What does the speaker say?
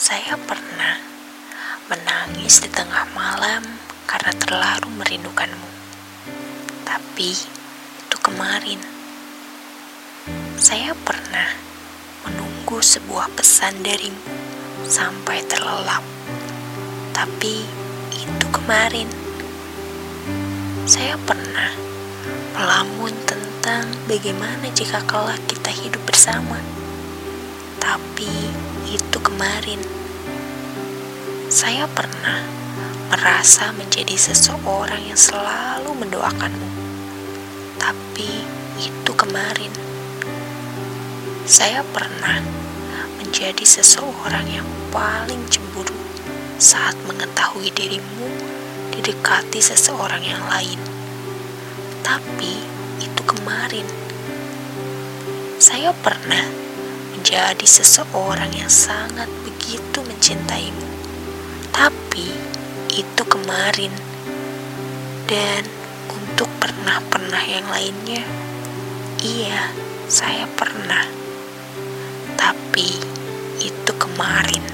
Saya pernah menangis di tengah malam karena terlalu merindukanmu. Tapi itu kemarin. Saya pernah menunggu sebuah pesan darimu sampai terlelap. Tapi itu kemarin. Saya pernah melamun tentang bagaimana jika kelak kita hidup bersama. Tapi itu kemarin. Saya pernah merasa menjadi seseorang yang selalu mendoakanmu. Tapi itu kemarin. Saya pernah menjadi seseorang yang paling cemburu saat mengetahui dirimu didekati seseorang yang lain. Tapi itu kemarin. Saya pernah menjadi seseorang yang sangat begitu mencintaimu. Tapi itu kemarin. Dan untuk pernah yang lainnya, iya, saya pernah. Tapi itu kemarin.